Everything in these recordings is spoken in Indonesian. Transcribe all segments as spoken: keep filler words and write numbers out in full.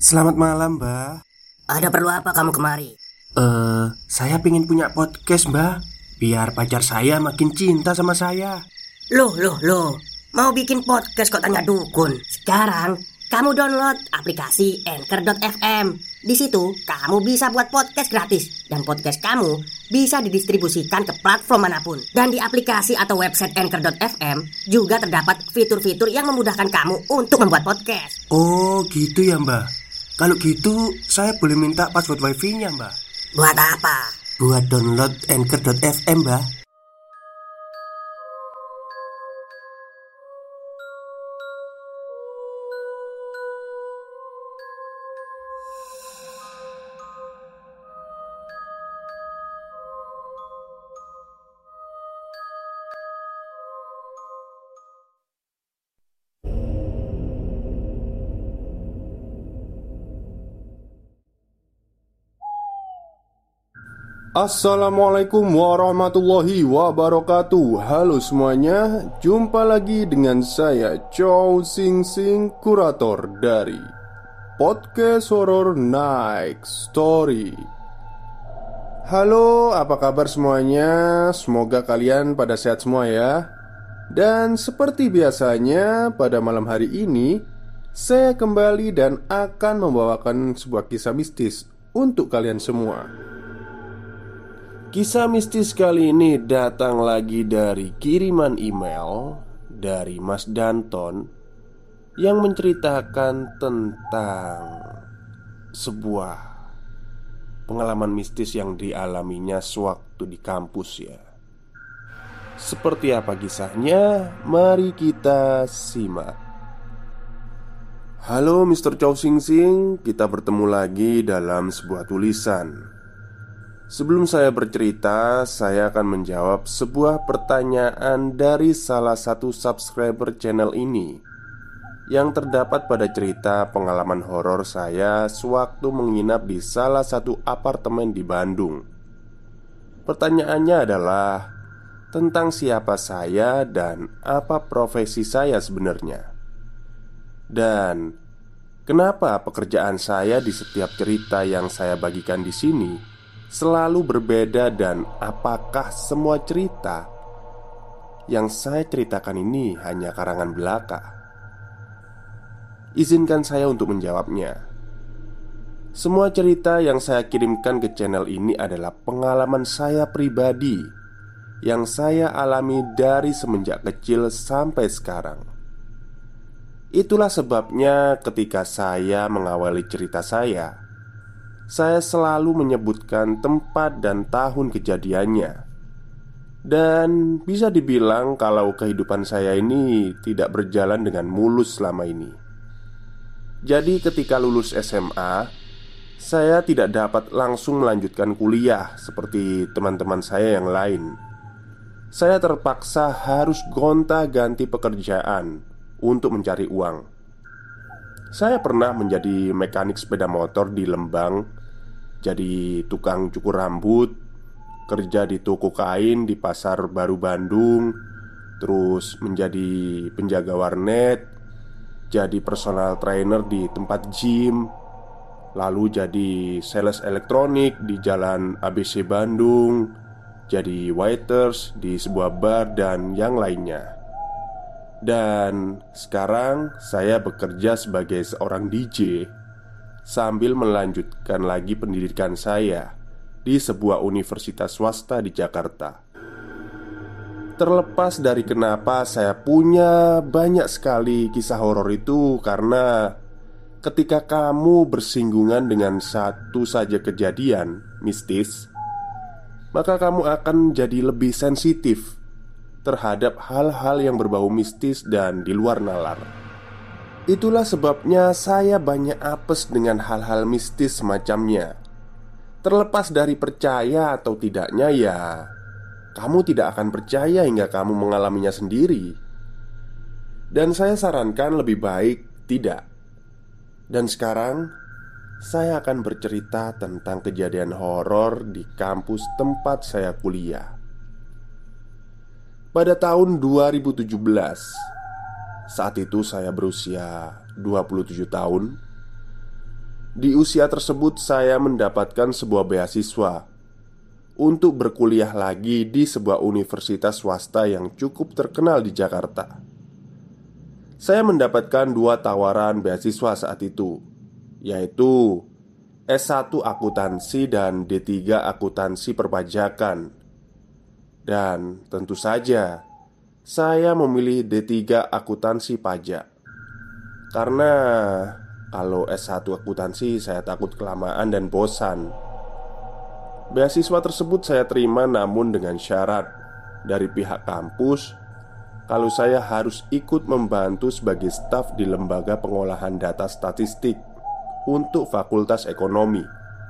Selamat malam, Mbak. Ada perlu apa kamu kemari? Eh, uh, saya pengen punya podcast, Mbak. Biar pacar saya makin cinta sama saya. Loh, loh, loh. Mau bikin podcast kok tanya dukun? Sekarang kamu download aplikasi Anchor dot f m. Di situ kamu bisa buat podcast gratis dan podcast kamu bisa didistribusikan ke platform manapun. Dan di aplikasi atau website Anchor dot f m juga terdapat fitur-fitur yang memudahkan kamu untuk membuat podcast. Oh, gitu ya, Mbak. Kalau gitu saya boleh minta password wifi-nya, Mbak. Buat apa? Buat download Anchor dot f m, Mbak. Assalamualaikum warahmatullahi wabarakatuh. Halo semuanya, jumpa lagi dengan saya Chow Sing Sing, kurator dari Podcast Horror Night Story. Halo, apa kabar semuanya? Semoga kalian pada sehat semua ya. Dan seperti biasanya, pada malam hari ini saya kembali dan akan membawakan sebuah kisah mistis untuk kalian semua. Kisah mistis kali ini datang lagi dari kiriman email dari Mas Danton yang menceritakan tentang sebuah pengalaman mistis yang dialaminya sewaktu di kampus ya. Seperti apa kisahnya? Mari kita simak. Halo mister Chow Sing Sing, kita bertemu lagi dalam sebuah tulisan. Sebelum saya bercerita, saya akan menjawab sebuah pertanyaan dari salah satu subscriber channel ini yang terdapat pada cerita pengalaman horor saya sewaktu menginap di salah satu apartemen di Bandung. Pertanyaannya adalah tentang siapa saya dan apa profesi saya sebenarnya. Dan kenapa pekerjaan saya di setiap cerita yang saya bagikan di sini selalu berbeda, dan apakah semua cerita yang saya ceritakan ini hanya karangan belaka? Izinkan saya untuk menjawabnya. Semua cerita yang saya kirimkan ke channel ini adalah pengalaman saya pribadi yang saya alami dari semenjak kecil sampai sekarang. Itulah sebabnya ketika saya mengawali cerita saya, saya selalu menyebutkan tempat dan tahun kejadiannya. Dan bisa dibilang kalau kehidupan saya ini tidak berjalan dengan mulus selama ini. Jadi ketika lulus S M A, saya tidak dapat langsung melanjutkan kuliah seperti teman-teman saya yang lain. Saya terpaksa harus gonta-ganti pekerjaan untuk mencari uang. Saya pernah menjadi mekanik sepeda motor di Lembang, jadi tukang cukur rambut, kerja di toko kain di Pasar Baru Bandung, terus menjadi penjaga warnet, jadi personal trainer di tempat gym, lalu jadi sales elektronik di Jalan A B C Bandung, jadi waiters di sebuah bar dan yang lainnya. Dan sekarang saya bekerja sebagai seorang D J sambil melanjutkan lagi pendidikan saya di sebuah universitas swasta di Jakarta. Terlepas dari kenapa saya punya banyak sekali kisah horor itu, karena ketika kamu bersinggungan dengan satu saja kejadian mistis, maka kamu akan jadi lebih sensitif terhadap hal-hal yang berbau mistis dan di luar nalar. Itulah sebabnya saya banyak apes dengan hal-hal mistis semacamnya. Terlepas dari percaya atau tidaknya ya, kamu tidak akan percaya hingga kamu mengalaminya sendiri. Dan saya sarankan lebih baik tidak. Dan sekarang saya akan bercerita tentang kejadian horor di kampus tempat saya kuliah. Pada tahun dua ribu tujuh belas, saat itu saya berusia dua puluh tujuh tahun. Di usia tersebut saya mendapatkan sebuah beasiswa untuk berkuliah lagi di sebuah universitas swasta yang cukup terkenal di Jakarta. Saya mendapatkan dua tawaran beasiswa saat itu, yaitu S satu Akuntansi dan D tiga Akuntansi Perpajakan. Dan tentu saja saya memilih D tiga Akuntansi Pajak. Karena kalau S satu Akuntansi saya takut kelamaan dan bosan. Beasiswa tersebut saya terima, namun dengan syarat dari pihak kampus kalau saya harus ikut membantu sebagai staf di lembaga pengolahan data statistik untuk Fakultas Ekonomi.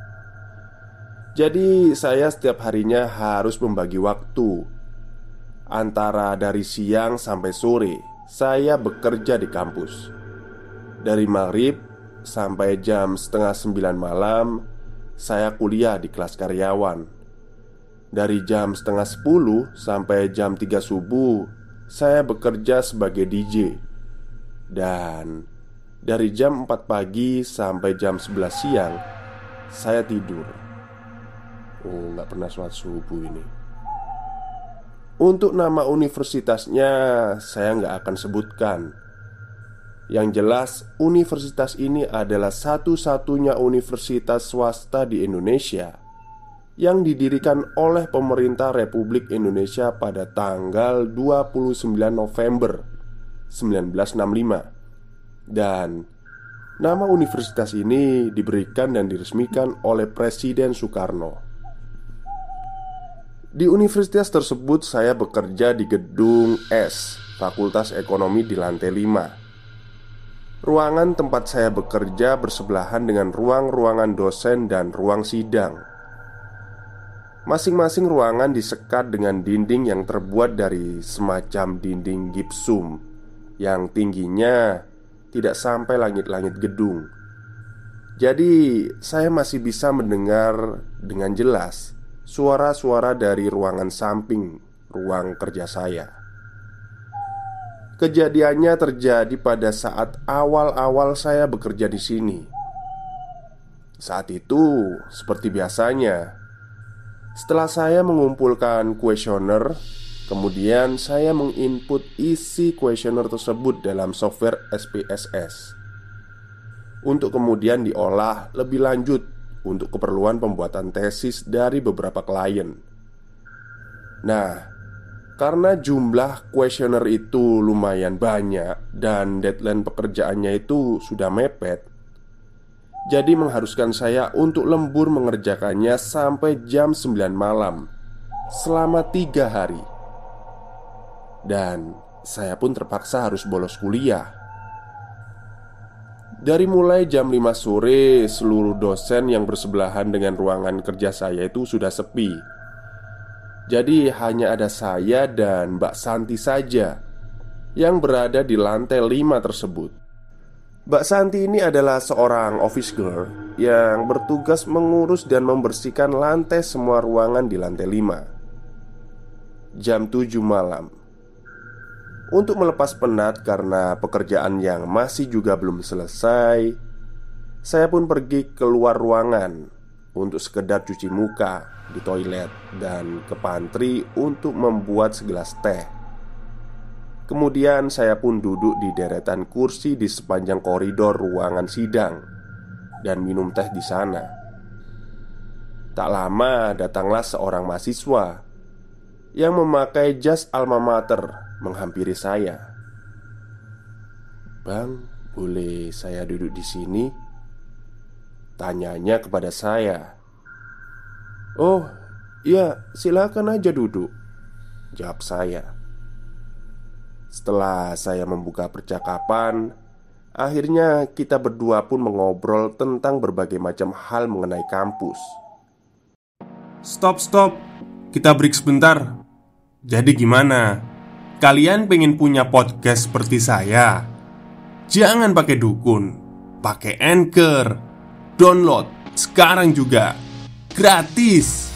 Jadi saya setiap harinya harus membagi waktu antara dari siang sampai sore. Saya bekerja di kampus dari maghrib sampai jam setengah sembilan malam. Saya kuliah di kelas karyawan. Dari jam setengah sepuluh sampai jam tiga subuh saya bekerja sebagai D J. Dan dari jam empat pagi sampai jam sebelas siang saya tidur. Oh, nggak pernah sholat subuh ini. Untuk nama universitasnya saya nggak akan sebutkan. Yang jelas, universitas ini adalah satu-satunya universitas swasta di Indonesia yang didirikan oleh pemerintah Republik Indonesia pada tanggal dua puluh sembilan November seribu sembilan ratus enam puluh lima. Dan nama universitas ini diberikan dan diresmikan oleh Presiden Soekarno. Di universitas tersebut saya bekerja di gedung S, Fakultas Ekonomi di lantai lima. Ruangan tempat saya bekerja bersebelahan dengan ruang-ruangan dosen dan ruang sidang. Masing-masing ruangan disekat dengan dinding yang terbuat dari semacam dinding gipsum yang tingginya tidak sampai langit-langit gedung. Jadi saya masih bisa mendengar dengan jelas suara-suara dari ruangan samping ruang kerja saya. Kejadiannya terjadi pada saat awal-awal saya bekerja di sini. Saat itu, seperti biasanya, setelah saya mengumpulkan kuesioner, kemudian saya menginput isi kuesioner tersebut dalam software S P S S untuk kemudian diolah lebih lanjut untuk keperluan pembuatan tesis dari beberapa klien. Nah, karena jumlah kuesioner itu lumayan banyak dan deadline pekerjaannya itu sudah mepet, jadi mengharuskan saya untuk lembur mengerjakannya sampai jam sembilan malam selama tiga hari. Dan saya pun terpaksa harus bolos kuliah. Dari mulai jam lima sore, seluruh dosen yang bersebelahan dengan ruangan kerja saya itu sudah sepi. Jadi hanya ada saya dan Mbak Santi saja yang berada di lantai lima tersebut. Mbak Santi ini adalah seorang office girl yang bertugas mengurus dan membersihkan lantai semua ruangan di lantai lima. Jam tujuh malam. Untuk melepas penat karena pekerjaan yang masih juga belum selesai, saya pun pergi keluar ruangan untuk sekedar cuci muka di toilet dan ke pantry untuk membuat segelas teh. Kemudian saya pun duduk di deretan kursi di sepanjang koridor ruangan sidang dan minum teh di sana. Tak lama datanglah seorang mahasiswa yang memakai jas alma mater menghampiri saya. "Bang, boleh saya duduk di sini?" tanyanya kepada saya. "Oh, iya, silakan aja duduk," jawab saya. Setelah saya membuka percakapan, akhirnya kita berdua pun mengobrol tentang berbagai macam hal mengenai kampus. Stop, stop. Kita break sebentar. Jadi gimana? Kalian pengen punya podcast seperti saya? Jangan pakai dukun, pakai Anchor. Download sekarang juga. Gratis.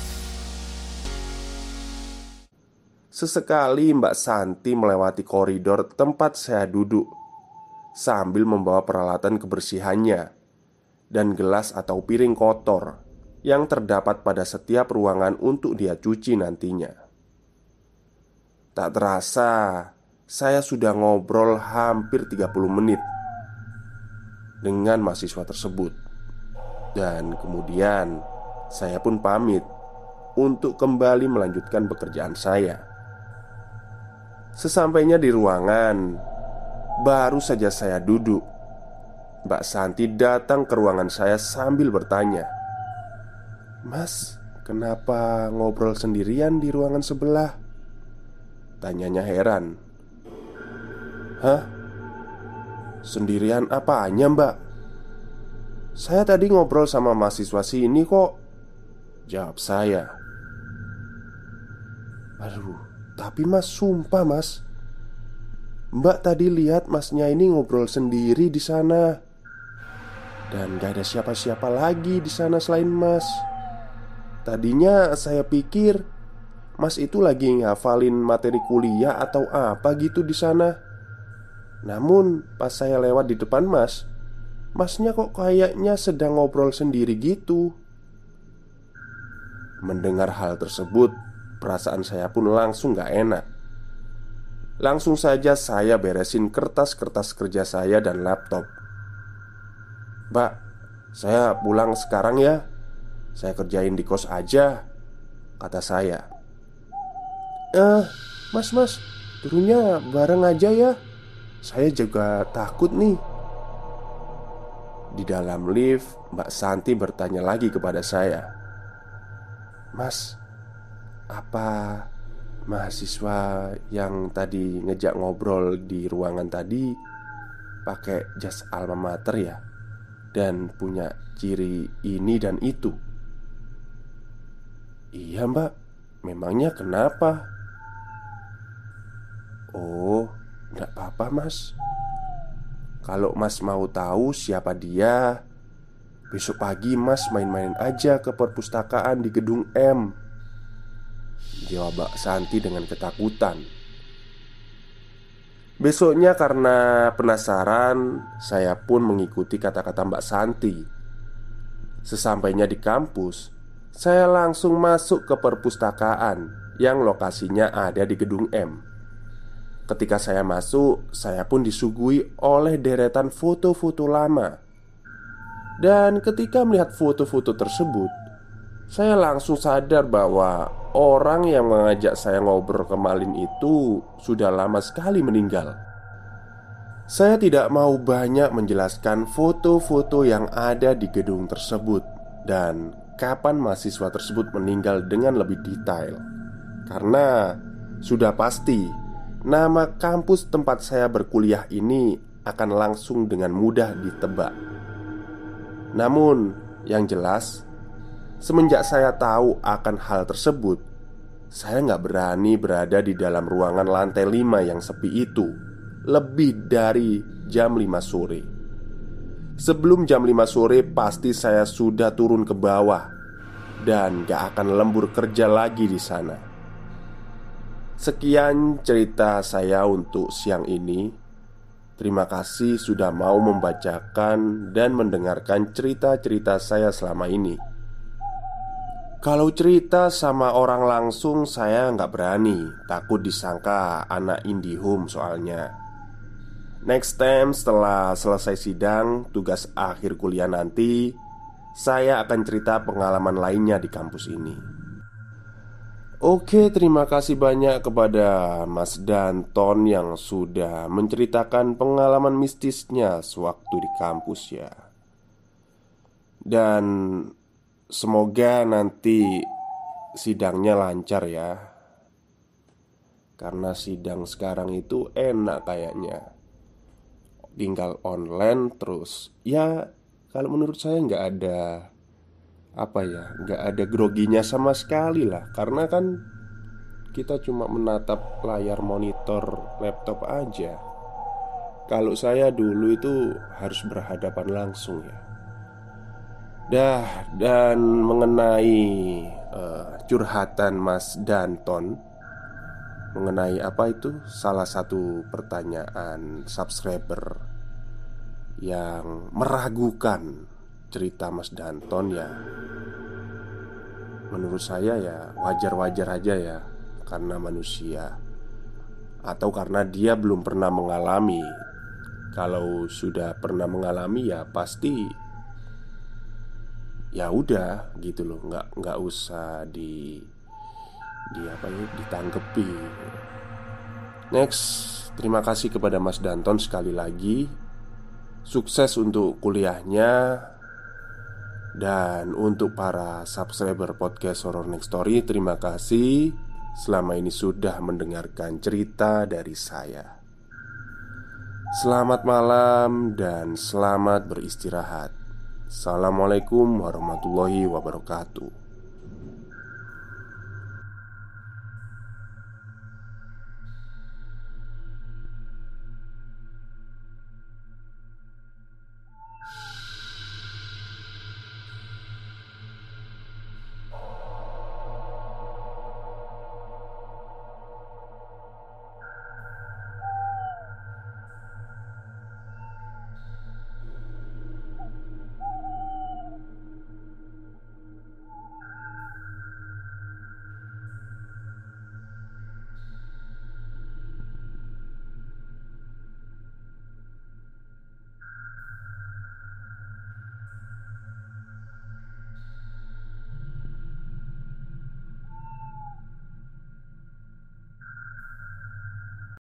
Sesekali Mbak Santi melewati koridor tempat saya duduk sambil membawa peralatan kebersihannya dan gelas atau piring kotor yang terdapat pada setiap ruangan untuk dia cuci nantinya. Tak terasa, saya sudah ngobrol hampir tiga puluh menit dengan mahasiswa tersebut. Dan kemudian saya pun pamit untuk kembali melanjutkan pekerjaan saya. Sesampainya di ruangan, baru saja saya duduk, Mbak Santi datang ke ruangan saya sambil bertanya, "Mas, kenapa ngobrol sendirian di ruangan sebelah?" Tanyanya heran. "Hah? Sendirian apanya, Mbak? Saya tadi ngobrol sama mahasiswa sini kok," jawab saya. "Aduh, tapi Mas, sumpah Mas, Mbak tadi lihat Masnya ini ngobrol sendiri di sana. Dan gak ada siapa-siapa lagi di sana selain Mas. Tadinya saya pikir Mas itu lagi ngafalin materi kuliah atau apa gitu di sana. Namun pas saya lewat di depan Mas, Masnya kok kayaknya sedang ngobrol sendiri gitu." Mendengar hal tersebut, perasaan saya pun langsung gak enak. Langsung saja saya beresin kertas-kertas kerja saya dan laptop. "Mbak, saya pulang sekarang ya. Saya kerjain di kos aja," kata saya. "Eh, mas, mas, turunnya bareng aja ya. Saya juga takut nih." Di dalam lift, Mbak Santi bertanya lagi kepada saya, "Mas, apa mahasiswa yang tadi ngejak ngobrol di ruangan tadi pakai jas alma mater ya? Dan punya ciri ini dan itu?" "Iya Mbak, memangnya kenapa?" "Oh, enggak apa-apa Mas. Kalau Mas mau tahu siapa dia, besok pagi Mas main-main aja ke perpustakaan di gedung M," jawab Mbak Santi dengan ketakutan. Besoknya karena penasaran, saya pun mengikuti kata-kata Mbak Santi. Sesampainya di kampus, saya langsung masuk ke perpustakaan yang lokasinya ada di gedung M. Ketika saya masuk, saya pun disuguhi oleh deretan foto-foto lama. Dan ketika melihat foto-foto tersebut, saya langsung sadar bahwa orang yang mengajak saya ngobrol kemarin itu sudah lama sekali meninggal. Saya tidak mau banyak menjelaskan foto-foto yang ada di gedung tersebut dan kapan mahasiswa tersebut meninggal dengan lebih detail, karena sudah pasti nama kampus tempat saya berkuliah ini akan langsung dengan mudah ditebak. Namun yang jelas, semenjak saya tahu akan hal tersebut, saya nggak berani berada di dalam ruangan lantai lima yang sepi itu lebih dari jam lima sore. Sebelum jam lima sore pasti saya sudah turun ke bawah dan gak akan lembur kerja lagi di sana. Sekian cerita saya untuk siang ini. Terima kasih sudah mau membacakan dan mendengarkan cerita-cerita saya selama ini. Kalau cerita sama orang langsung saya nggak berani, takut disangka anak IndiHome soalnya. Next time setelah selesai sidang, tugas akhir kuliah nanti, saya akan cerita pengalaman lainnya di kampus ini. Oke, terima kasih banyak kepada Mas Danton yang sudah menceritakan pengalaman mistisnya sewaktu di kampus ya. Dan semoga nanti sidangnya lancar ya. Karena sidang sekarang itu enak kayaknya, tinggal online terus. Ya kalau menurut saya nggak ada apa ya, nggak ada groginya sama sekali lah. Karena kan kita cuma menatap layar monitor laptop aja. Kalau saya dulu itu harus berhadapan langsung ya. Dah, dan mengenai uh, curhatan Mas Danton mengenai apa itu, salah satu pertanyaan subscriber yang meragukan cerita Mas Danton ya, menurut saya ya wajar-wajar aja ya, karena manusia, atau karena dia belum pernah mengalami. Kalau sudah pernah mengalami ya pasti ya udah gitu loh, nggak nggak usah di di apa ya ditanggepi. Next, terima kasih kepada Mas Danton sekali lagi. Sukses untuk kuliahnya. Dan untuk para subscriber podcast Horror Next Story, terima kasih selama ini sudah mendengarkan cerita dari saya. Selamat malam dan selamat beristirahat. Assalamualaikum warahmatullahi wabarakatuh.